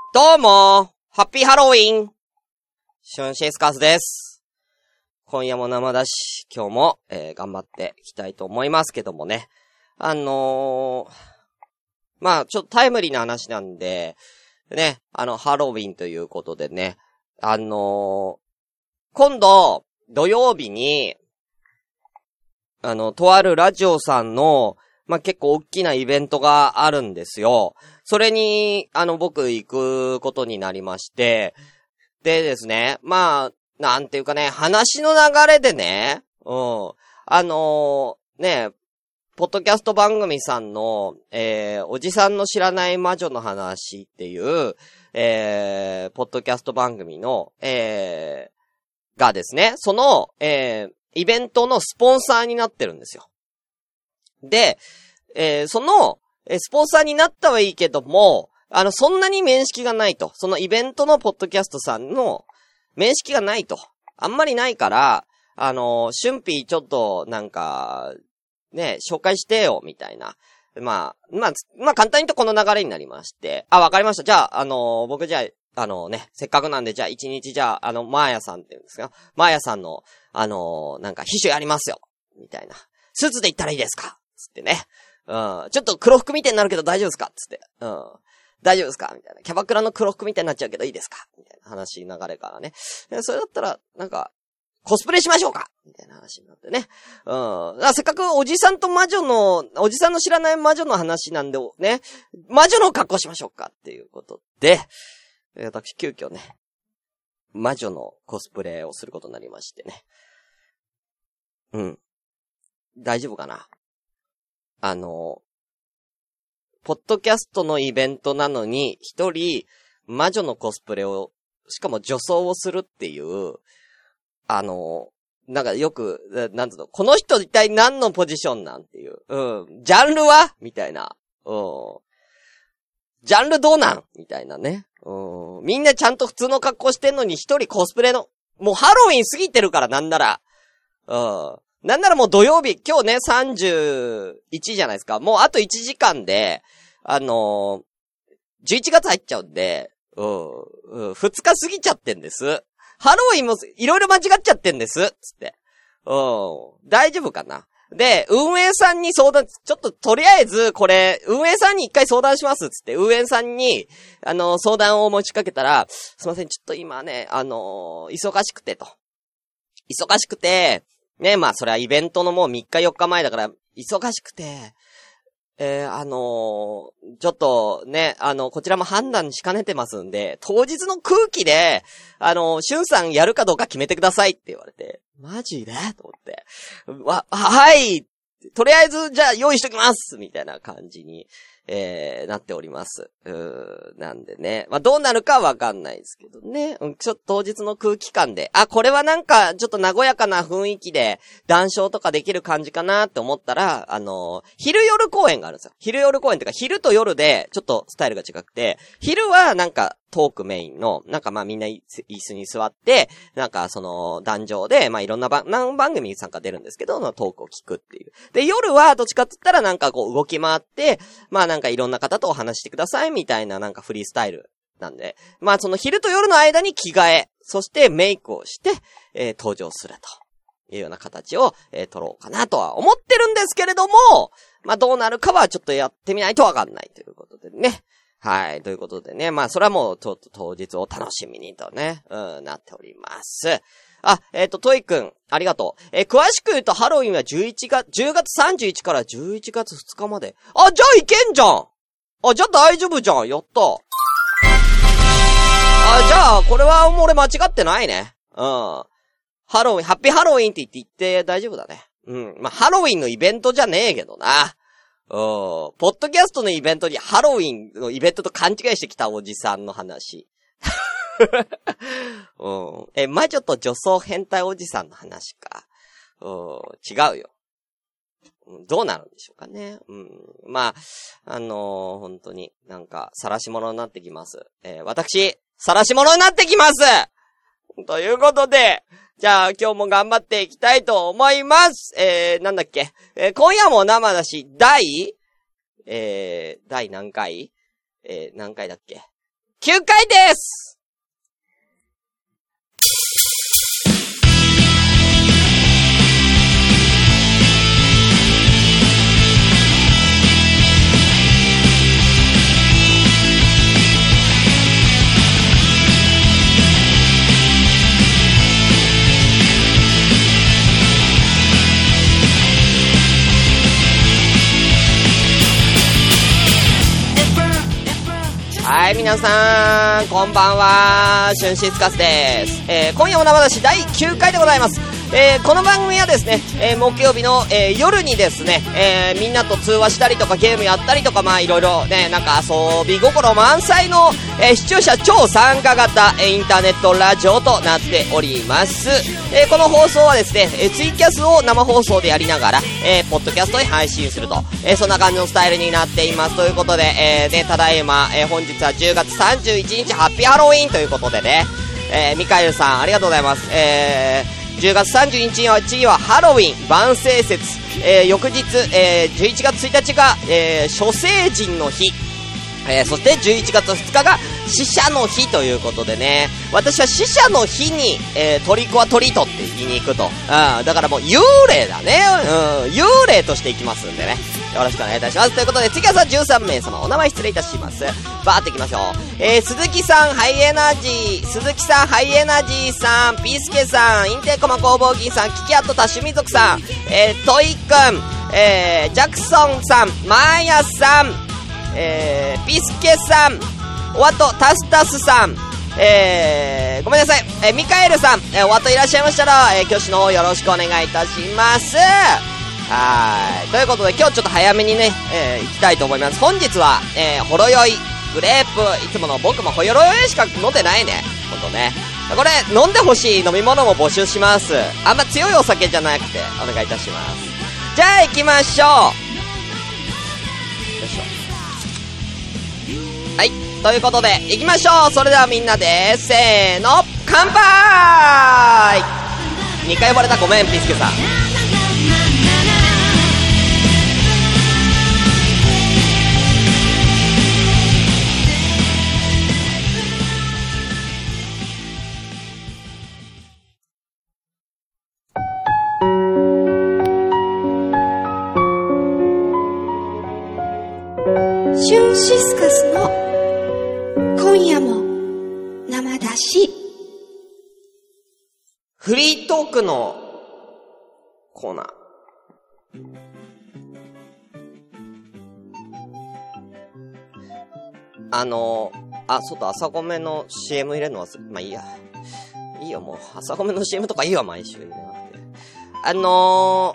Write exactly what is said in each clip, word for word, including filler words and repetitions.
どうも、ハッピーハロウィン。シュンシエスカースです。今夜も生だし、今日も、えー、頑張っていきたいと思いますけどもね。あのー、まあ、ちょっとタイムリーな話なんで、ね、あの、ハロウィンということでね、あのー、今度、土曜日に、あの、とあるラジオさんの、まあ、結構大きなイベントがあるんですよ。それに、あの、僕行くことになりまして、でですね、まあ、なんていうかね、話の流れでね、うん、あのー、ね、ポッドキャスト番組さんの、えー、おじさんの知らない魔女の話っていう、えー、ポッドキャスト番組の、えー、がですね、その、えー、イベントのスポンサーになってるんですよ。で、えー、その、えー、スポンサーになったはいいけども、あの、そんなに面識がないと。そのイベントのポッドキャストさんの面識がないと。あんまりないから、あのー、シュンピーちょっと、なんか、ね、紹介してよ、みたいな。まあ、まあ、まあ簡単に言うとこの流れになりまして。あ、わかりました。じゃあ、あのー、僕じゃあ、あのー、ね、せっかくなんで、じゃあ一日じゃあ、あの、マーヤさんって言うんですか？マーヤさんの、あのー、なんか、秘書やりますよ。みたいな。スーツで行ったらいいですか？つってね。うん。ちょっと黒服みたいになるけど大丈夫ですか？つって。うん。大丈夫ですか？みたいな。キャバクラの黒服みたいになっちゃうけどいいですか？みたいな話流れからね。それだったら、なんか、コスプレしましょうかみたいな話になってね。うん。せっかくおじさんと魔女の、おじさんの知らない魔女の話なんでね、魔女の格好しましょうかっていうことで、私急遽ね、魔女のコスプレをすることになりましてね。うん。大丈夫かな？あの、ポッドキャストのイベントなのに、一人、魔女のコスプレを、しかも女装をするっていう、あの、なんかよく、なんつうの、この人一体何のポジションなんていう、うん、ジャンルはみたいな、うん、ジャンルどうなんみたいなね、うん、みんなちゃんと普通の格好してんのに一人コスプレの、もうハロウィン過ぎてるからなんなら、うん。なんならもう土曜日、今日ね、さんじゅういちじゃないですか。もうあといちじかんで、あのー、じゅういちがつ入っちゃうんで、うん、うん、ふつか過ぎちゃってんです。ハロウィンもいろいろ間違っちゃってんです。つって。うん、大丈夫かな。で、運営さんに相談、ちょっととりあえずこれ、運営さんに一回相談します。つって、運営さんに、あのー、相談を持ちかけたら、すいません、ちょっと今ね、あのー、忙しくてと。忙しくて、ね、まあそれはイベントのもうみっかよっかまえだから忙しくて、えー、あのー、ちょっとね、あの、こちらも判断しかねてますんで、当日の空気で、あのー、しゅんさんやるかどうか決めてくださいって言われて、マジでと思って、わ、はいとりあえずじゃあ用意しときますみたいな感じに、えー、なっております。うーなんでね。まあ、どうなるかはわかんないですけどね。うん、ちょっと当日の空気感で、あ、これはなんか、ちょっと和やかな雰囲気で、談笑とかできる感じかなって思ったら、あのー、昼夜公演があるんですよ。昼夜公演っていうか、昼と夜で、ちょっとスタイルが違くて、昼はなんか、トークメインの、なんかまあみんな椅子に座って、なんかその、壇上で、まあいろんな番、何番組に参加出るんですけど、トークを聞くっていう。で、夜はどっちかって言ったらなんかこう動き回って、まあなんかいろんな方とお話してくださいみたいななんかフリースタイルなんで、まあその昼と夜の間に着替え、そしてメイクをして、えー、登場するというような形を、えー、取ろうかなとは思ってるんですけれども、まあどうなるかはちょっとやってみないとわかんないということでね。はい。ということでね。まあ、それはもう、ちょっと当日を楽しみにとね、うん、なっております。あ、えっと、トイくん、ありがとう。えー、詳しく言うと、ハロウィンはじゅういちがつ、じゅうがつさんじゅういちからじゅういちがつふつかまで。あ、じゃあいけんじゃん。あ、じゃあ大丈夫じゃん。やった。あ、じゃあ、これはもう俺間違ってないね。うん。ハロウィン、ハッピーハロウィンって言って言って大丈夫だね。うん。まあ、ハロウィンのイベントじゃねえけどな。うん。ポッドキャストのイベントにハロウィンのイベントと勘違いしてきたおじさんの話。うん。え、魔女と女装変態おじさんの話か。うん。違うよ。どうなるんでしょうかね。うん。まあ、あのー、本当になんか、晒し者になってきます。えー、私、晒し者になってきますということで、じゃあ今日も頑張っていきたいと思います。えー、なんだっけ、えー、今夜も生だし、第、えー、第何回えー、何回だっけきゅうかいです。はい、皆さん、こんばんは、シュンシスカスです。えー、今夜も生出しだいきゅうかいでございます。えー、この番組はですね、えー、木曜日の、えー、夜にですね、えー、みんなと通話したりとかゲームやったりとか、まあいろいろね、なんか遊び心満載の、えー、視聴者超参加型、えー、インターネットラジオとなっております。えー、この放送はですね、えー、ツイキャスを生放送でやりながら、えー、ポッドキャストに配信すると、えー、そんな感じのスタイルになっています。ということで、えー、ね、ただいま、えー、本日はじゅうがつさんじゅういちにちハッピーハロウィンということでね、えー、ミカエルさんありがとうございます。えーじゅうがつさんじゅういちにちはハロウィン万聖節、えー、翌日、えー、じゅういちがつついたちが、えー、諸聖人の日、えー、そしてじゅういちがつふつかが死者の日ということでね、私は死者の日に、えー、トリコはトリートって言いに行くと、うん、だからもう幽霊だね、うん、幽霊として行きますんでね、よろしくお願いいたします。ということで次はさじゅうさんめいさまお名前失礼いたします。バーっていきましょう。えー、鈴木さんハイエナジー、鈴木さんハイエナジーさん、ピースケさん、インテーコマ工房銀さん、キキアット多趣味族さん、えー、トイくん、えー、ジャクソンさん、マーヤさん、えー、ピスケさん、おあとタスタスさん、えー、ごめんなさい、えー、ミカエルさん、えー、おあといらっしゃいましたら、えー、挙手の方よろしくお願いいたします。はい。ということで今日ちょっと早めにね、えー、行きたいと思います。本日は、えー、ほろ酔い、グレープ、いつもの僕もほろ酔いしか飲んでないね。ほんとね。これ、飲んでほしい飲み物も募集します。あんま強いお酒じゃなくて、お願いいたします。じゃあ行きましょう。よいしょ。はい、ということで行きましょう。それではみんなでせーの乾杯。にかい呼ばれた、ごめんピスケさん。 シュンシスカスの今夜も生出し。 フリートークのコーナー。あのあ、そうだ、朝ごめの シーエム 入れるのはまあいいや。いいよ、もう朝ごめの シーエム とかいいわ、毎週入れなくて。あの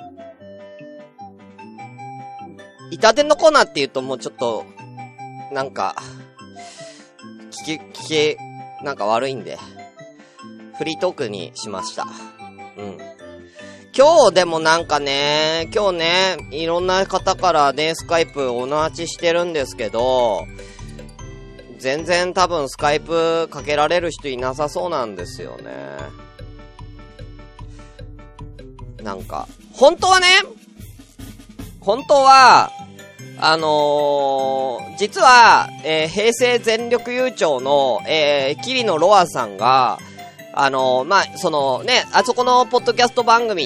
ー、板伝のコーナーって言うともうちょっとなんか聞き聞きなんか悪いんでフリートークにしました。うん。今日でもなんかね、今日ね、いろんな方からね、スカイプお待ちしてるんですけど、全然多分スカイプかけられる人いなさそうなんですよね。なんか、本当はね、本当は、あのー、実は、えー、平成全力優勝の、えー、桐野ロアさんが、あのー、まあ、そのね、あそこのポッドキャスト番組って、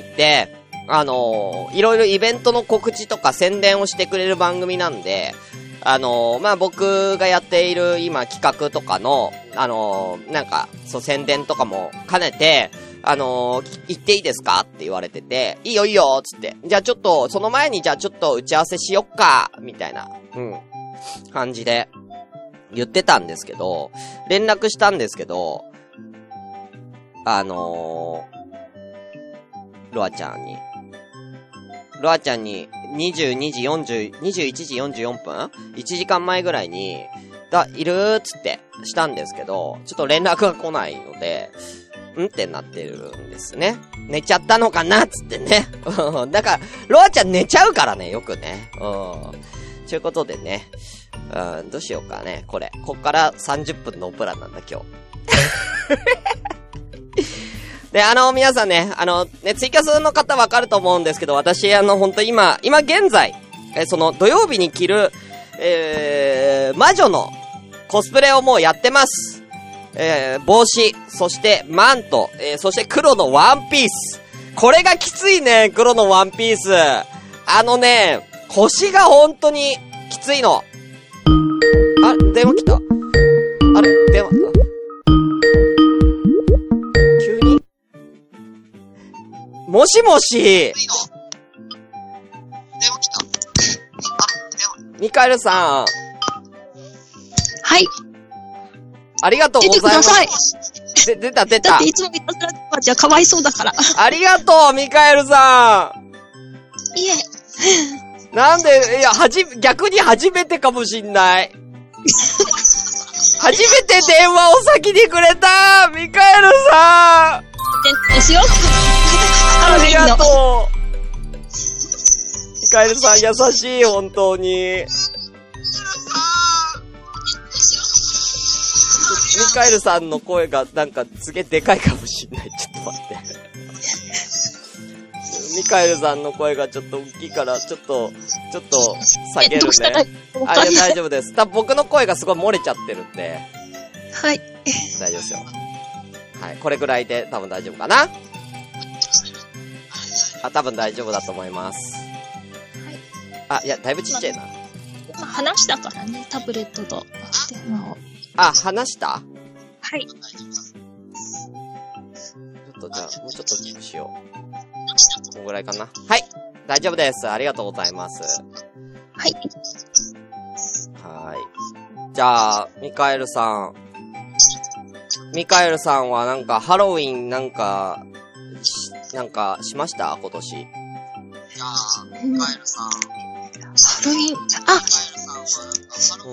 あのー、いろいろイベントの告知とか宣伝をしてくれる番組なんで、あのー、まあ、僕がやっている今企画とかの、あのー、なんか、そう宣伝とかも兼ねて、あのー、言っていいですかって言われてて、いいよいいよつって。じゃあちょっと、その前にじゃあちょっと打ち合わせしよっかみたいな、うん、感じで言ってたんですけど、連絡したんですけど、あのー、ロアちゃんに、ロアちゃんににじゅうにじよんじゅう、にじゅういちじよんじゅうよんぷん ?いち 時間前ぐらいに、だ、いるーつってしたんですけど、ちょっと連絡が来ないので、んってなってるんですね。寝ちゃったのかなっつってね。だから、ロアちゃん寝ちゃうからね、よくね。うん。ということでね。うん、どうしようかね、これ。こっからさんじゅっぷんのプランなんだ、今日。で、あの、皆さんね、あの、ね、ツイキャスの方わかると思うんですけど、私、あの、ほんと今、今現在、え、その、土曜日に着る、えー、魔女の、 コスプレをもうやってます。えー、帽子、そしてマント、えー、そして黒のワンピース。これがきついね、黒のワンピース。あのね、腰が本当にきついの。あ、電話来た。あれ電話、急にもしもし電話来た。ミカエルさん。 はい。 ありがとうございます。 出てください。 で、出た出た。 だっていつも見たら、じゃかわいそうだから。 ありがとう、ミカエルさん。 いえ。 なんで、いや、はじ、逆に初めてかもしんない。初めて電話を先にくれたミカエルさんですよ。 ありがとう。ミカエルさん優しい、本当に。ミカエルさんの声がなんかすげえでかいかもしんない。ちょっと待って。ミカエルさんの声がちょっと大きいから、ちょっと、ちょっと下げるね。 どうしたらいいかわかんない。 あ、いや大丈夫です。多分僕の声がすごい漏れちゃってるんで。 はい。 大丈夫ですよ。はい。これぐらいで多分大丈夫かな？あ、多分大丈夫だと思います。はい。あ、いや、だいぶちっちゃいな。 今話したからね、タブレットと電話を。 あ、話した？ はい。 ちょっとじゃあ、もうちょっとしよう。このぐらいかな。はい。大丈夫です。ありがとうございます。 はい。 はい。じゃあ、ミカエルさん。ミカエルさんはなんかハロウィンなんか、なんかしました今年。じゃあ、ミカエルさん。 ハロウィン、あうん。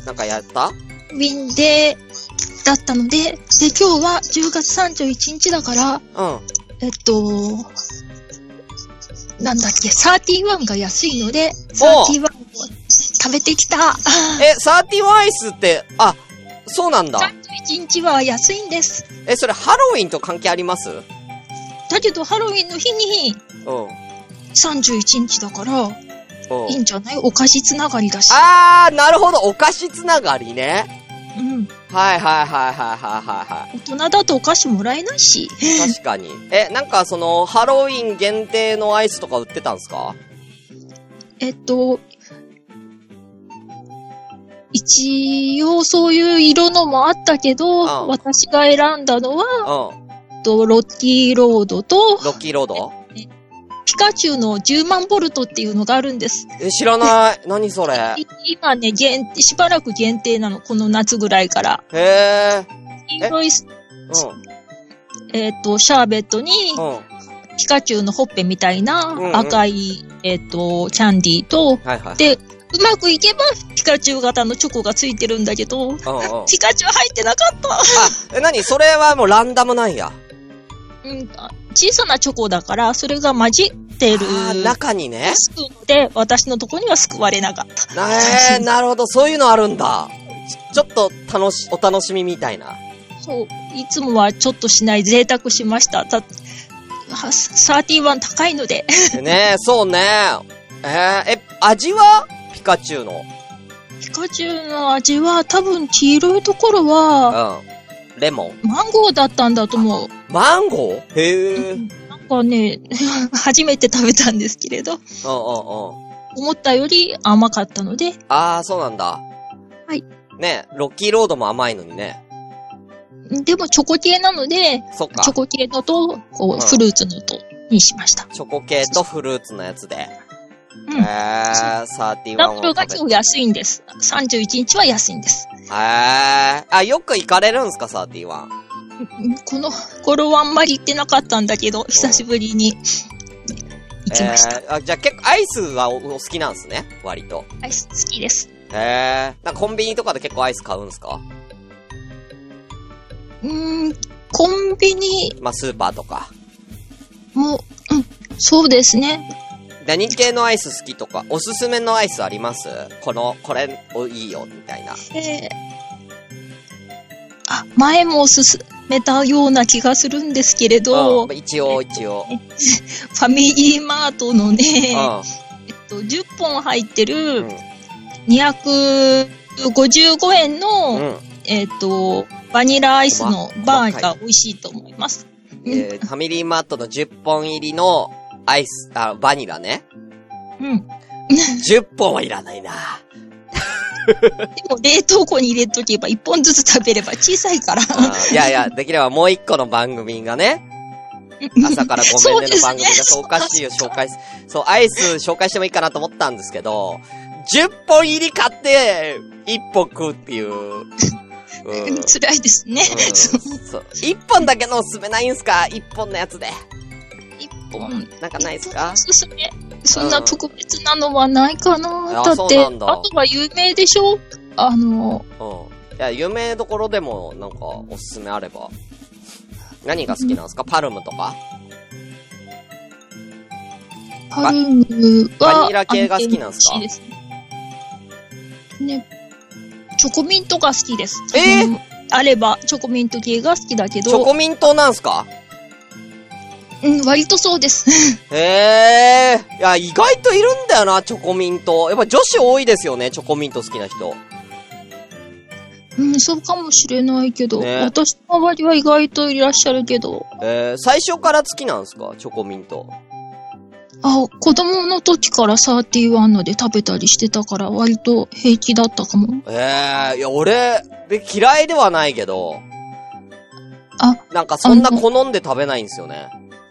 なんかやった？ ハロウィンで、だったので、で、今日はじゅうがつさんじゅういちにちだから、 うん。 えっと、なんだっけ、サーティーワンが安いので、サーティーワンを食べてきた。 え、サーティーワンアイスって、あ、そうなんだ。 さんじゅういちにちは安いんです。 え、それハロウィンと関係あります？ だけどハロウィンの日に、 うん。 さんじゅういちにちだから、いいんじゃない？お菓子つながりだし。 あー、なるほど、お菓子つながりね。 うん。 はいはいはいはいはいはい。 大人だとお菓子もらえないし。 確かに。え、なんかその、ハロウィン限定のアイスとか売ってたんすか？ えっと、一応そういう色のもあったけど、うん、私が選んだのは、うん、とロッキーロードと、 ロッキーロード？ ピカチュウのじゅうまんボルトっていうのがあるんです。 え、知らない。何それ？ 今ね、限定、しばらく限定なの。この夏ぐらいから。 へー。 黄色い、うん、えっと、シャーベットに、うん、ピカチュウのほっぺみたいな赤い、うんうん、えっと、キャンディーと、はいはい、で、うまくいけばピカチュウ型のチョコがついてるんだけど、うんうん、ピカチュウ入ってなかった。 あ、え、何？それはもうランダムなんや。 うん、小さなチョコだから、それが混じってる。 あ、中にね。 で、私のとこには救われなかった。 えー、なるほど、そういうのあるんだ。ちょっと楽し、お楽しみみたいな。 そう、いつもはちょっとしない贅沢しました。た、サーティーワン高いので。 ねえ、そうね。えー、え、味はピカチュウの。 ピカチュウの味は多分黄色いところは、 うん。レモン？ マンゴーだったんだと思う。 マンゴー？へー。うん、 なんかね、初めて食べたんですけれど。うんうんうん。思ったより甘かったので。 あー、そうなんだ。 はい。 ね、ロッキーロードも甘いのにね。 でもチョコ系なので、 そっか。 チョコ系のと、こう、うん、フルーツのと、にしました。 チョコ系とフルーツのやつで。うん。えー、サーティーワンを食べて。ダブルが今日安いんです。さんじゅういちにちは安いんです。 へー。あ、よく行かれるんすか、サーティーワン。 この頃はあんまり行ってなかったんだけど、久しぶりに行きました。 えー、あ、じゃあ結構アイスは お, お好きなんすね、割と。 アイス好きです。 へー。なんかコンビニとかで結構アイス買うんすか？ うーん、コンビニ。 まあ、スーパーとか。 もう、うん、そうですね。 何系のアイス好きとか、おすすめのアイスあります？この、これ、いいよ、みたいな。 えー、あ、前もおすすめたような気がするんですけれど。 うん、一応、一応。 ファミリーマートのね、うん、えっと、じゅっぽん入ってる、うん、 にひゃくごじゅうごえんの、うん、えっ、ー、と、バニラアイスのバーが美味しいと思います。 えー、ファミリーマートのじゅっぽん入りのアイス、あ、バニラね。 うん。 じゅっぽんはいらないな。 でも冷凍庫に入れとけばいっぽんずつ食べれば小さいから。 いやいや、できればもういっこの番組がね。朝からごめんねの番組がそうおかしいよ、紹介す。そう、アイス紹介してもいいかなと思ったんですけど、じゅっぽん入り買って、いっぽん食うっていう。うん、 辛いですね。うん、 そう。いっぽんだけのおすすめないんすか？ いっ 本のやつで。 いっぽん。 なんかないですか？ おすすめ。そんな特別なのはないかな。うん、だって、あ, だあとは有名でしょ？あの、 うん。いや、有名どころでもなんかおすすめあれば。何が好きなんですか？パルムとか？ パルムは、 バニラ系が好きなんですか？ ですね。チョコミントが好きです。 えー、 あれば、チョコミント系が好きだけど。 チョコミントなんすか？ うん、割とそうです。 へえー。いや、意外といるんだよな、チョコミント。やっぱ女子多いですよね、チョコミント好きな人。 うん、そうかもしれないけど、ね、私の周りは意外といらっしゃるけど。 えー、最初から好きなんですか？チョコミント。 あ、子供の時からサーティワンので食べたりしてたから割と平気だったかも。 ええー、いや、俺、で、嫌いではないけど。 あ、 なんかそんな好んで食べないんですよね。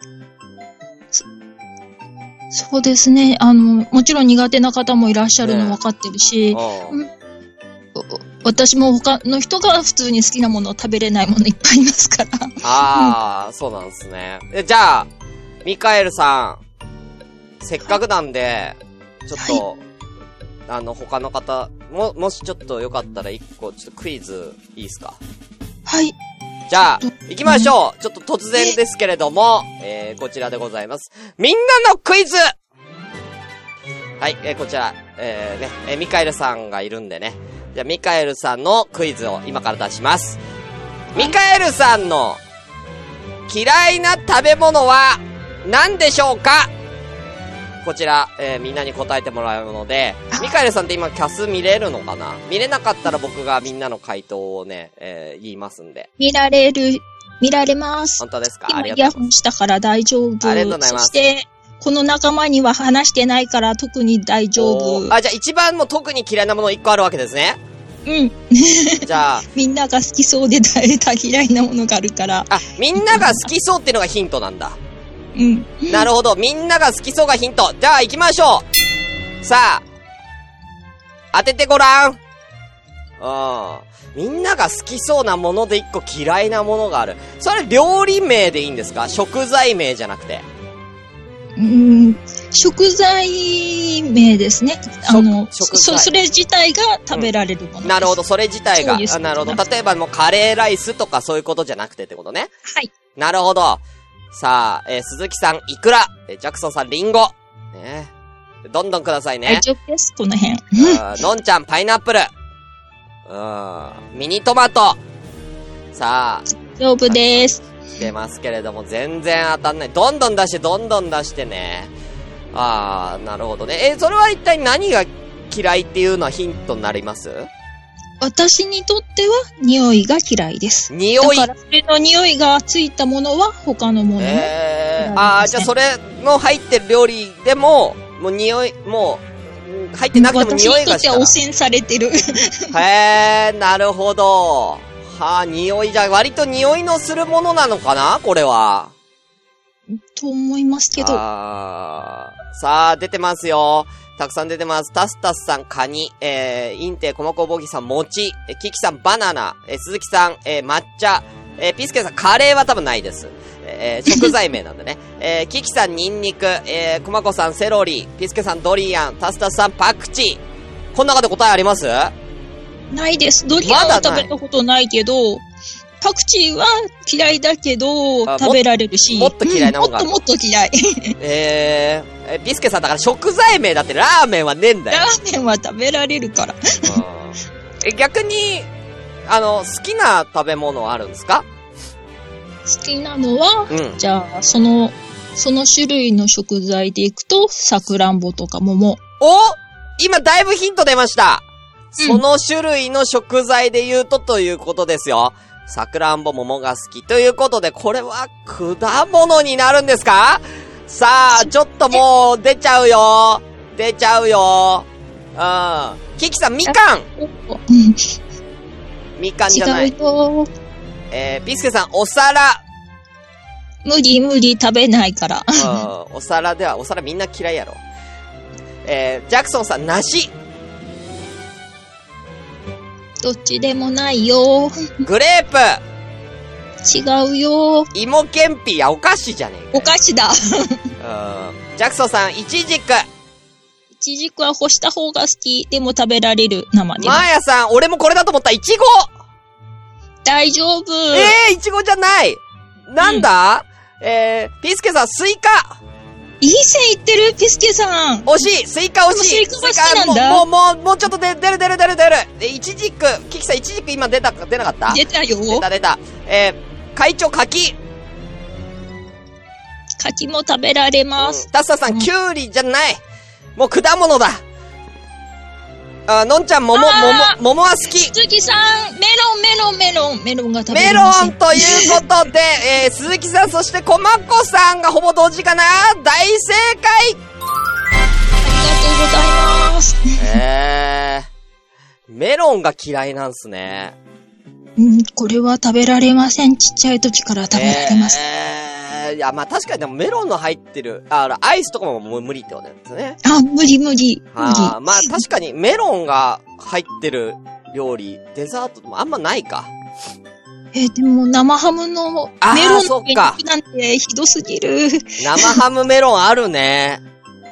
そ、そうですね。あの、もちろん苦手な方もいらっしゃるの分かってるし、ね、うん、私も他の人が普通に好きなものを食べれないものいっぱいいますから。 ああ、うん、そうなんですね。え、じゃあ、ミカエルさん、せっかくなんで、ちょっと、はい、あの、他の方、も、もしちょっとよかったら一個、ちょっとクイズ、いいですか？ はい。 じゃあ、行きましょう。ちょっと突然ですけれども、えー、こちらでございます。みんなのクイズ！はい、えー、こちら、えー、ね、えー、ミカエルさんがいるんでね。じゃあ、ミカエルさんのクイズを今から出します。ミカエルさんの嫌いな食べ物は何でしょうか？こちら、えー、みんなに答えてもらうので、ミカエルさんって今キャス見れるのかな？見れなかったら僕がみんなの回答をね、えー、言いますんで。 見られる、見られます。 本当ですか？ 今イヤホンしたから大丈夫。 ありがとうございます。そして、 この仲間には話してないから特に大丈夫。 あ、じゃあ一番もう特に嫌いなものいっこあるわけですね。 うん。 じゃあ。 みんなが好きそうで大嫌いなものがあるから。 あ、みんなが好きそうっていうのがヒントなんだ。 うん。 なるほど。みんなが好きそうがヒント。じゃあ行きましょう。さあ。当ててごらん。うん。みんなが好きそうなもので一個嫌いなものがある。それ料理名でいいんですか？食材名じゃなくて。 うーん。食材名ですね。あの、そ、それ自体が食べられるものです、うん。なるほど。それ自体が。あ、なるほど。例えばもうカレーライスとかそういうことじゃなくてってことね。 はい。 なるほど。さあ、えー、鈴木さん、イクラ。えー、ジャクソンさん、リンゴ。ね。どんどんくださいね。 大丈夫です、この辺。 のんちゃん、パイナップル。うん。ミニトマト。さあ。 大丈夫です。 来てますけれども、全然当たんない。どんどん出して、どんどん出してね。あー、なるほどね。えー、それは一体何が嫌いっていうのはヒントになります？ 私にとっては匂いが嫌いです。 匂い？ だからそれの匂いがついたものは他のものも嫌いです、ね。 えー、あー、じゃあそれの入ってる料理でも、もう匂い、もう、入ってなくても匂いがしたら。 私にとっては汚染されてる。 へー、なるほど。はあ、匂いじゃ、割と匂いのするものなのかなこれは。 と思いますけど。 あー、さあ、出てますよ。たくさん出てます。タスタスさん、カニ、えー、インテイ、コマコボギさん、餅、えー、キキさん、バナナ、えー、鈴木さん、えー、抹茶、えー、ピスケさん、カレーは多分ないです。えー、食材名なんでね。えー、キキさん、ニンニク、えー、コマコさん、セロリ、ピスケさん、ドリアン、タスタスさん、パクチー。この中で答えあります？ ないです。ドリアンは食べたことないけど、パクチーは嫌いだけど、食べられるし。 もっと嫌いなもんがある、 うん。もっともっと嫌い。 えー、え、ビスケさんだから食材名だってラーメンはねえんだよ。 ラーメンは食べられるから。 え、逆に、あの、好きな食べ物あるんですか？ 好きなのは、 うん、 じゃあ、その、その種類の食材でいくと、さくらんぼとか桃。 お今だいぶヒント出ました。その種類の食材で言うとということですよ。さくらんぼ桃が好きということで、これは果物になるんですか？さあ、ちょっともう出ちゃうよ。出ちゃうよ。うん。キキさん、みかん。みかんじゃない。違うよ。えー、ピスケさん、お皿。 無理無理食べないから。 うん。お皿では、お皿みんな嫌いやろ。えー、ジャクソンさん、梨。 どっちでもないよ。 グレープ。 違うよ。 芋けんぴやお菓子じゃねえか。 お菓子だ。うん。 ジャクソンさん、イチジク。 イチジクは干した方が好き。でも食べられる生で。 マーヤさん、俺もこれだと思った。イチゴ。 大丈夫。 えー、イチゴじゃない。なんだ、うん、えー、ピスケさん、スイカ。 いい線いってる、ピスケさん。 惜しい、スイカ惜しい。 スイカが好きなんだ。 もう、もう、もうちょっとで、出る出る出る出る。え、イチジク、キキさん、イチジク今出た、出なかった？ 出たよ。 出た出た。えー、会長、柿。 柿も食べられます。 うん、タッサさん、キュウリじゃない。もう果物だ。あ、のんちゃん、桃、桃、桃は好き。 鈴木さん、メロン、メロン、メロン、メロンが食べれメロンということで、えー、鈴木さん、そしてコマコさんがほぼ同時かな。大正解。 ありがとうございます。 えー、メロンが嫌いなんすね。 うん、これは食べられません。ちっちゃい時から食べられます。 えー、いや、まあ確かにでもメロンの入ってる、あ、アイスとかももう無理ってことなんですね。 あ、無理無理。 あまあ確かにメロンが入ってる料理、デザートもあんまないか。 えー、でも生ハムのメロンの上になんてひどすぎる。 生ハムメロンあるね。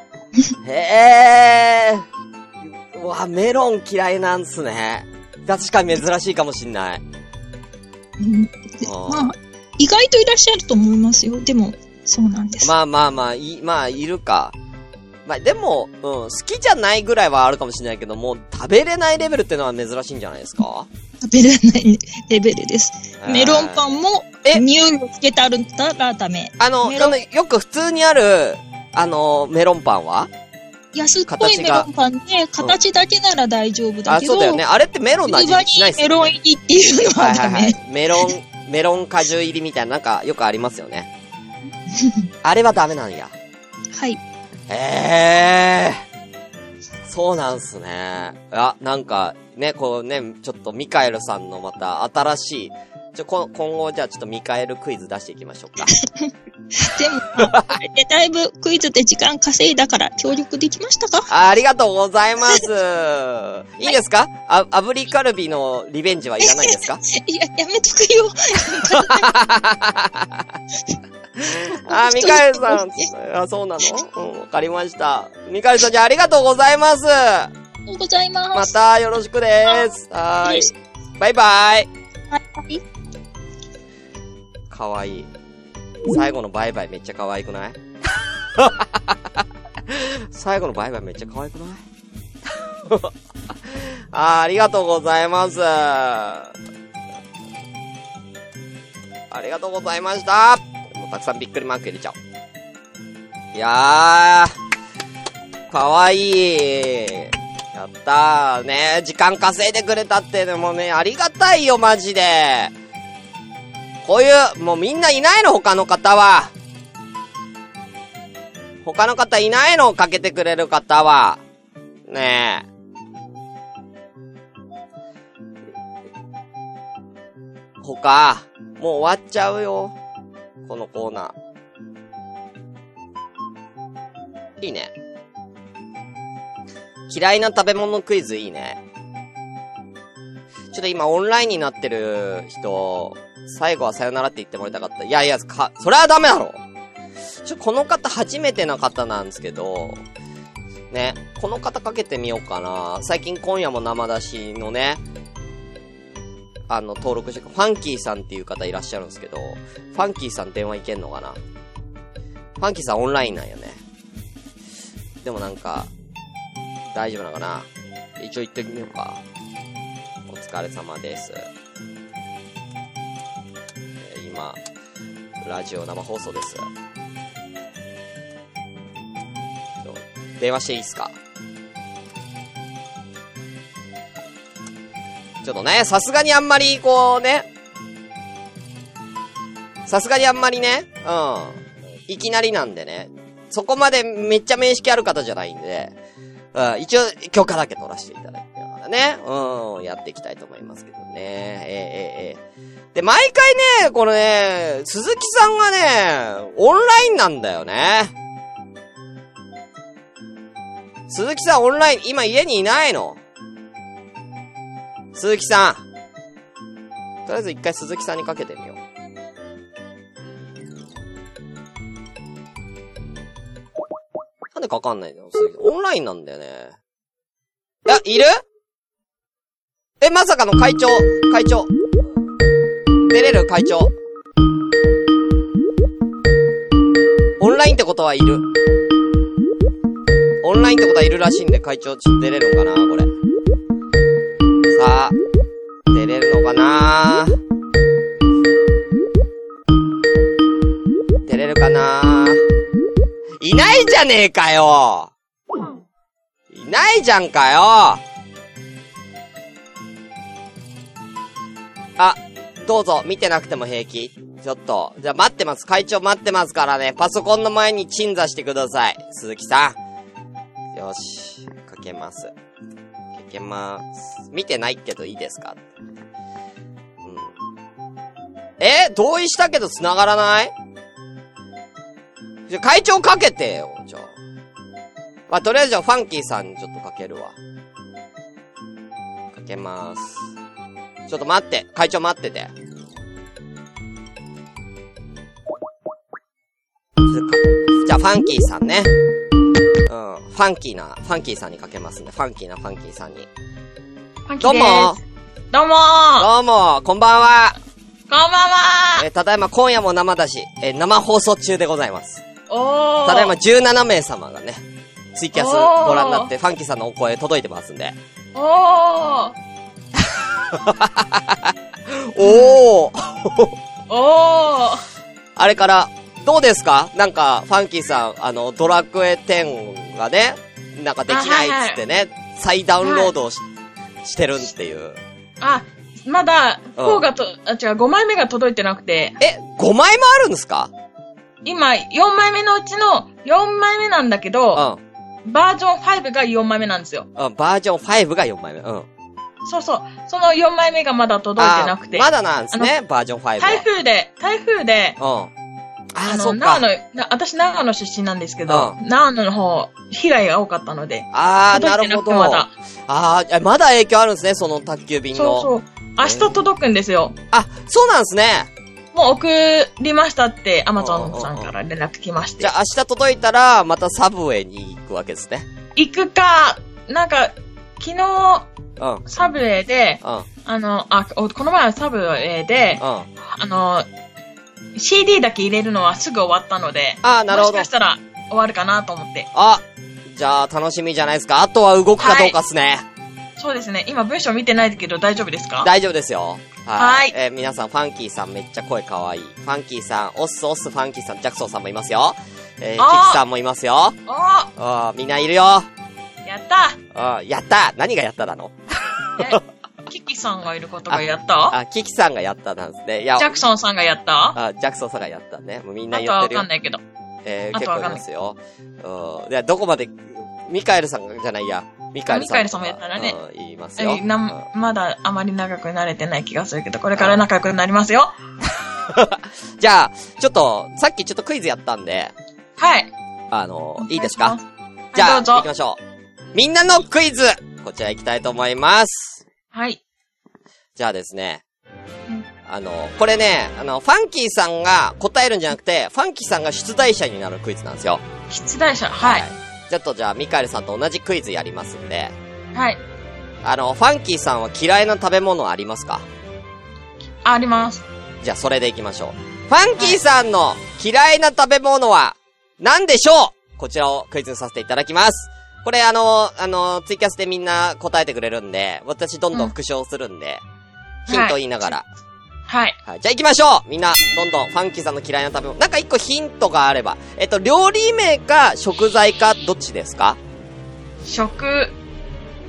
へー。うわ、メロン嫌いなんすね。確かに珍しいかもしんない。 うん、まあ、意外といらっしゃると思いますよ。でも、そうなんです。 まあまあまあ、い、まあ、いるか。まあでも、うん、好きじゃないぐらいはあるかもしれないけども、食べれないレベルってのは珍しいんじゃないですか？ 食べれないレベルです。メロンパンも、匂いをつけてあるんだらダメ。 あの、あの、よく普通にある、あの、メロンパンは安っぽいメロンパンで、形だけなら大丈夫だけど、うん、 あ、そうだよね。あれってメロンの味しないっすよね。 メロン入りっていうのはダメ。はいはいはい、 メロン、メロン果汁入りみたいな、なんかよくありますよね。あれはダメなんや。 はい。 ええー。そうなんすね。あ、なんか、ね、こうね、ちょっとミカエルさんのまた新しい、ちょ、こ今後じゃあちょっとミカエルクイズ出していきましょうか。 でも、でだいぶクイズで時間稼いだから協力できましたか？ あ, ありがとうございます。いいですか？あ、炙りカルビのリベンジはいらないですか？ いや、やめとくよ。 あ、ミカエルさん。あ、そうなの？うん、わかりました。ミカエルさんじゃあありがとうございます。ありがとうございます。 またよろしくです。はーい。バイバイ。 はい。 かわいい。最後のバイバイめっちゃ可愛くない？最後のバイバイめっちゃ可愛くない？あ, ありがとうございます。ありがとうございました。もうたくさんびっくりマーク入れちゃおう。いやー、かわいい。やったーね。時間稼いでくれたってでもね、ありがたいよマジで。こういう、もうみんないないの他の方は。他の方いないのかけてくれる方は。ねえ。他、もう終わっちゃうよ。このコーナー。いいね。嫌いな食べ物クイズいいね。ちょっと今オンラインになってる人、最後はさよならって言ってもらいたかった。いやいや、か、それはダメだろ。ちょ、この方初めてな方なんですけど、ね、この方かけてみようかな。最近今夜も生出しのね、あの、登録して、ファンキーさんっていう方いらっしゃるんですけど、ファンキーさん電話いけんのかな？ファンキーさんオンラインなんよね。でもなんか、大丈夫なのかな？一応言ってみようか。お疲れ様です。今、ラジオ生放送です。電話していいっすか？ ちょっとね、さすがにあんまりこうね、さすがにあんまりね、うん。いきなりなんでね、そこまでめっちゃ面識ある方じゃないんで、うん、一応許可だけ取らせていただきながらね、うん、やっていきたいと思いますけどね。えー、えー、えー。で、毎回ね、このね、鈴木さんがね、オンラインなんだよね。鈴木さんオンライン、今家にいないの。鈴木さん。とりあえず一回鈴木さんにかけてみよう。なんでかかんないの？オンラインなんだよね。いや、いる？え、まさかの会長、会長。出れる会長。オンラインってことはいる。オンラインってことはいるらしいんで、会長ちょっと出れるのかなこれ。さあ、出れるのかな出れるかないないじゃねえかよいないじゃんかよあ、どうぞ、見てなくても平気。ちょっと、じゃあ待ってます。会長待ってますからね。パソコンの前に鎮座してください。鈴木さん。よし、かけます。かけまーす。見てないけどいいですか？うん。え、同意したけど繋がらない？じゃ、会長かけてよ、じゃあ。まあ、とりあえずじゃあ、ファンキーさんにちょっとかけるわ。かけまーす。ちょっと待って、会長待ってて。じゃあ、ファンキーさんね。うん、ファンキーな、ファンキーさんにかけますね。ファンキーなファンキーさんに。 ファンキーでーす。どうもどうもどうもこんばんはこんばんはえー、ただいま今夜も生だし、えー、生放送中でございます。 おー。 ただいまじゅうななめい様がね、ツイキャスご覧になって、ファンキーさんのお声届いてますんで。 おー。 おー。 おー。 あれから、どうですか？なんか、ファンキーさん、あの、ドラクエテンがね、なんかできないっつってね、はいはい、再ダウンロードを し,、はい、してるっていう。 あ、まだ、フォーがと、うん、あ、違う、ごまいめが届いてなくて。 え、ごまいもあるんですか？ 今、よんまいめのうちのよんまいめなんだけど、うん、バージョンごがよんまいめなんですよ。 うん、バージョンごがよんまいめ。うん。 そうそう。そのよんまいめがまだ届いてなくて。 まだなんですね、バージョンごは。 台風で、台風で、 うん。ああの、長野、私長野出身なんですけど、うん、長野の方、被害が多かったので。 ああ、なるほど。まだ。ああ、まだ影響あるんですね、その宅急便の。 そうそう。明日届くんですよ。 あ、そうなんですね。 もう送りましたって、アマゾンさんから連絡来まして。 じゃあ明日届いたら、またサブウェイに行くわけですね。 行くか、なんか、昨日、うん、サブウェイで、うん、あの、あ、この前はサブウェイで、うん、あの、シーディー だけ入れるのはすぐ終わったので、 あ、なるほど。 もしかしたら終わるかなと思って。 あ、じゃあ楽しみじゃないですか。あとは動くかどうかっすね。 はい、そうですね。今文章見てないけど大丈夫ですか？ 大丈夫ですよ。 はい。はい、 えー、皆さん、ファンキーさんめっちゃ声かわいい。ファンキーさん、オッスオッスファンキーさん、ジャクソンさんもいますよ。えー、キキさんもいますよ。 おあみんないるよ。 やったあやった何がやったなのキキさんがいることがやったあ、キキさんがやったなんですね。いや、 ジャクソンさんがやったあ、ジャクソンさんがやったね。もうみんな言ってるよ。あとはわかんないけど。 えー、結構いますよ。うん。いや、どこまで、ミカエルさんじゃないや。ミカエルさん。 ミカエルさんもやったらね。 うん、言いますよ。 な、うん、まだあまり長くなれてない気がするけど、これから仲良くなりますよ。 じゃあ、ちょっと、さっきちょっとクイズやったんで。 はい。 あの、いいですか？ じゃあ、 はい、行きましょう。みんなのクイズこちら行きたいと思います。 はい。 じゃあですね。うん、あの、これね、あの、ファンキーさんが答えるんじゃなくて、ファンキーさんが出題者になるクイズなんですよ。 出題者、はい。はい、 ちょっとじゃあ、ミカエルさんと同じクイズやりますんで。 はい。 あの、ファンキーさんは嫌いな食べ物ありますか？ あります。 じゃあ、それで行きましょう。ファンキーさんの嫌いな食べ物は何でしょう？こちらをクイズにさせていただきます。これあの、あの、ツイキャスでみんな答えてくれるんで、私どんどん復唱するんで、うん、ヒント言いながら。 はい。 はい。じゃあ行きましょうみんな、どんどんファンキーさんの嫌いな食べ物。なんか一個ヒントがあれば。えっと、料理名か食材かどっちですか？ 食、うーん、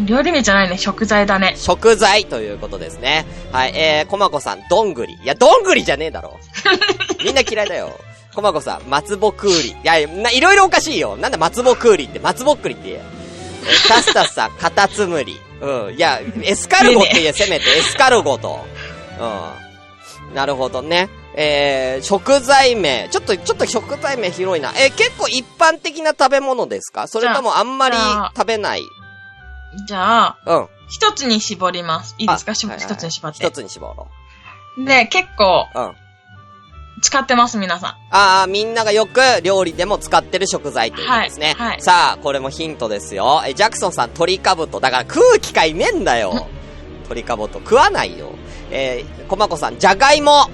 料理名じゃないね、食材だね。 食材ということですね。はい、えー、コマコさん、どんぐり。いや、どんぐりじゃねえだろ。みんな嫌いだよ。コマコさん、松ぼくうり。いや、な、いろいろおかしいよ。なんだ松ぼくうりって、松ぼっくりって言え。えー、タスタスさん、カタツムリ。うん。いや、エスカルゴって言え、せめて、エスカルゴと。うん。なるほどね。えー、食材名。ちょっと、ちょっと食材名広いな。えー、結構一般的な食べ物ですか？それともあんまり食べない？ じゃあ、 うん。 一つに絞ります。いいですか？一、はいはい、つに絞って。 一つに絞ろう。で、結構、うん。使ってます、皆さん。 ああ、みんながよく料理でも使ってる食材ということですね。はい。はい、さあ、これもヒントですよ。え、ジャクソンさん、鳥かぶと。だから食う機会ねえんだよ。鳥かぶと。食わないよ。えー、コマコさん、じゃがいも。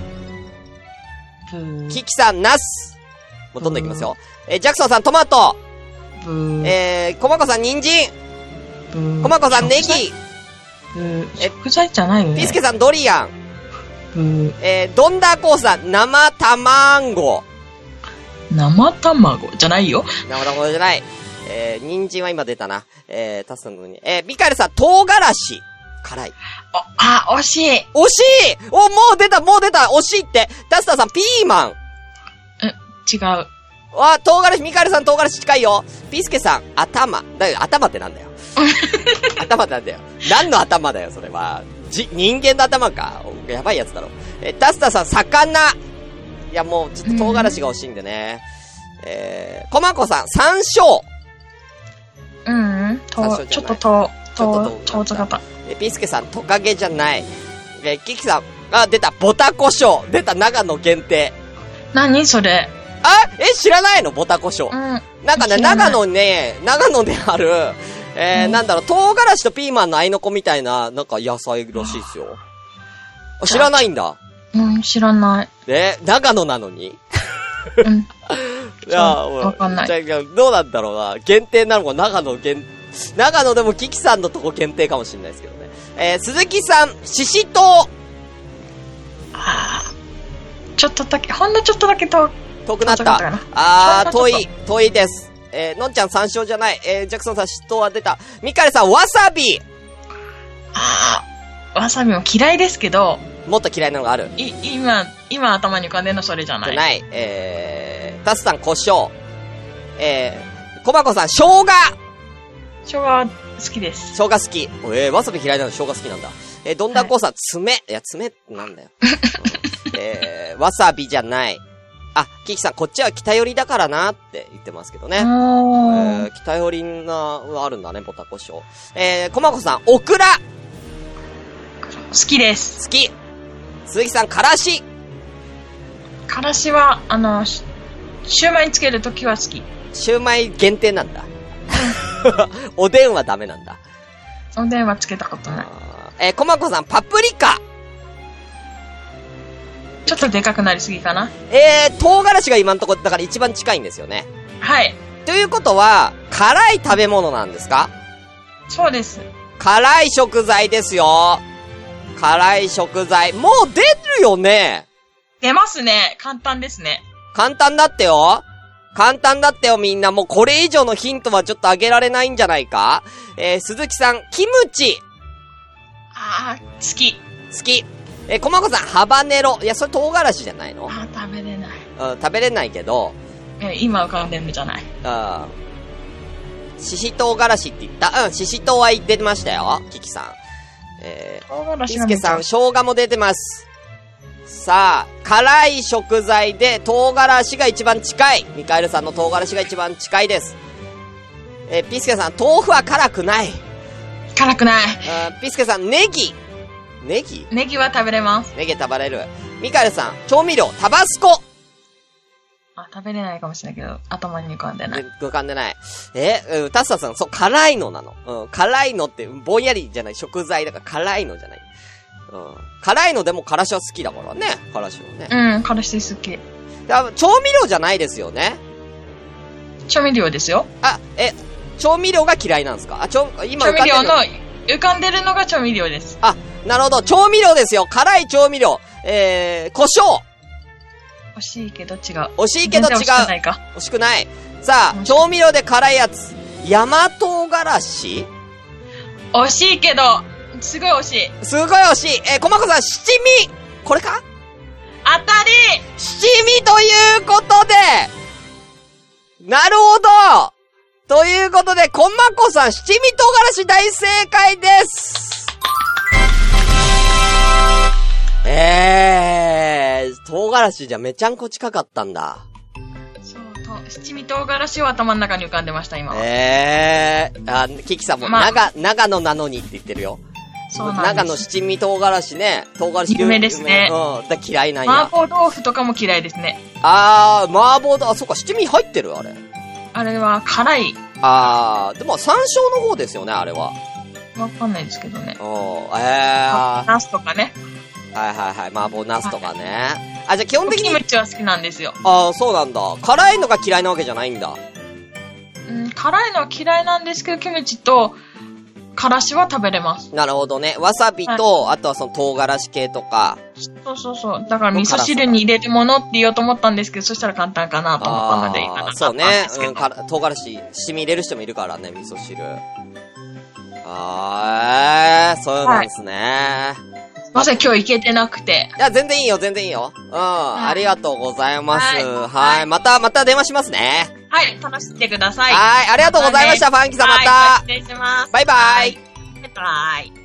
キキさん、ナス。もうどんどんいきますよ。えー、ジャクソンさん、トマト。えー、コマコさん、人参。コマコさん、ネギ。 え、食材じゃないよね。 ピスケさん、ドリアン。えー、ドンダーコーさん、生卵。 生卵じゃないよ。 生卵じゃない。えー、人参は今出たな。えー、タスのに。えー、ミカエルさん、唐辛子。辛い。 あ、惜しい。 惜しいお、もう出た、もう出た惜しいって。タスタさん、ピーマン。 え、違う。 わ、唐辛子、ミカエルさん、唐辛子近いよ。ピスケさん、頭。だよ、頭ってなんだよ。頭ってなんだよ。何の頭だよ、それは。じ、人間の頭か。やばいやつだろ。え、タスタさん、魚。いや、もう、ちょっと唐辛子が欲しいんでね。えー、コマコさん、山椒。 うん、と、ちょっとと、と、と、と、と、 え、ピスケさん、トカゲじゃない。え、キキさん、あ、出た、ボタコショウ。出た、長野限定。 何それ？ あ、え、知らないのボタコショウ。うん。なんかね、長野ね、長野である、えー、うん、なんだろう、唐辛子とピーマンの合いの子みたいな、なんか野菜らしいですよ。知らないんだ。 うん、知らない。 え、長野なのにうん。 いや、わかんない。じゃあ、どうなんだろうな。限定なのか、長野限、長野でもキキさんのとこ限定かもしれないですけどね。えー、鈴木さん、ししとう。 あー、ちょっとだけ、ほんのちょっとだけ遠、 遠くなった。あー、遠い、遠いです。えー、のんちゃん山椒じゃない。えー、ジャクソンさん、ししとうは出た。ミカエルさん、わさび。 あー、わさびも嫌いですけど。 もっと嫌いなのがある。 い、今、今頭に浮かんでるのそれじゃない。 じゃない。えー、タスさん、胡椒。えー、コバコさん、生姜。 生姜好きです。 生姜好き。えー、わさび嫌いなの生姜好きなんだ。えー、どんだこさん、爪。いや、爪ってなんだよ。うん、えー、わさびじゃない。あ、キキさん、こっちは北寄りだからなって言ってますけどね。えー、北寄りな、あるんだね、ボタコショウ。えー、コマコさん、オクラ。 好きです。 好き。鈴木さん、からし。 からしは、あの、シューマイつけるときは好き。 シューマイ限定なんだ。おでんはダメなんだ。 おでんはつけたことない。 えー、コマコさん、パプリカ。 ちょっとでかくなりすぎかな。 えー、唐辛子が今のところだから一番近いんですよね。 はい。 ということは、辛い食べ物なんですか？ そうです。 辛い食材ですよ。辛い食材。もう出るよね。 出ますね。簡単ですね。 簡単だってよ。簡単だってよみんな。もうこれ以上のヒントはちょっとあげられないんじゃないか？えー、鈴木さん、キムチ。 あー、好き。 好き。えー、コマコさん、ハバネロ。いや、それ唐辛子じゃないの？ あー、食べれない。 うん、食べれないけど。 えー、今浮かんでるんじゃない。 あー。しし唐辛子って言った？うん、しし唐は出てましたよ。キキさん。えー、ピスケさん、生姜も出てます。さあ、辛い食材で唐辛子が一番近い。ミカエルさんの唐辛子が一番近いです。えー、ピスケさん、豆腐は辛くない。 辛くない。 ピスケさん、ネギ。ネギ？ ネギは食べれます。 ネギ食べれる。ミカエルさん、調味料、タバスコ。 あ、食べれないかもしれないけど、頭に浮かんでない。 浮かんでない。え、うん、タッサさん、そう、辛いのなの。うん、辛いのって、ぼんやりじゃない、食材だから辛いのじゃない。うん。辛いのでも辛子は好きだからね、辛子はね。 うん、辛子好き。 調味料じゃないですよね。 調味料ですよ。 あ、え、調味料が嫌いなんですか？あ、調、今浮かんでる。調味料の、浮かんでるのが調味料です。 あ、なるほど、調味料ですよ。辛い調味料。えー、胡椒。 惜しいけど違う。 惜しいけど違う。惜しくないか。 惜しくない。さあ、調味料で辛いやつ。大和唐辛子？ 惜しいけど、すごい惜しい。 すごい惜しい。えー、こまこさん、七味これか当たり七味ということで、なるほどということで、こまこさん、七味唐辛子大正解です。えー、唐辛子じゃめちゃんこ近かったんだ。 そう、と七味唐辛子は頭の中に浮かんでました、今は。 えー、あ、キキさんも、まあ、長、長野なのにって言ってるよ。 そうなんです。 長野七味唐辛子ね、唐辛子有名ですね。 うん、だ嫌いなんや。 麻婆豆腐とかも嫌いですね。 あー、麻婆豆腐、あ、そっか、七味入ってるあれ。 あれは辛い。 あー、でも山椒の方ですよね、あれは。 わかんないですけどね。 おー、えー。 ナスとかね。 はいはいはい、麻婆ナスとかね。あ、じゃあ基本的に。 キムチは好きなんですよ。 あー、そうなんだ。辛いのが嫌いなわけじゃないんだ。 うん、辛いのは嫌いなんですけど、キムチと、からしは食べれます。 なるほどね。わさびと、はい、あとはその唐辛子系とか。 そうそうそう。だから味噌汁に入れるものって言おうと思ったんですけど、そしたら簡単かなと思ったのでいいかなと思ったんですけど。 そうね。うん、から唐辛子、七味入れる人もいるからね、味噌汁。あー、そうなんですね。はい、 まさに今日行けてなくて。 いや、全然いいよ、全然いいよ。うん、はい、ありがとうございます。はい。はい、また、また電話しますね。 はい、楽しんでください。 はい、ありがとうございました、ファンキーさんまた。 はい、失礼します。 バイバイ。 バイバイ。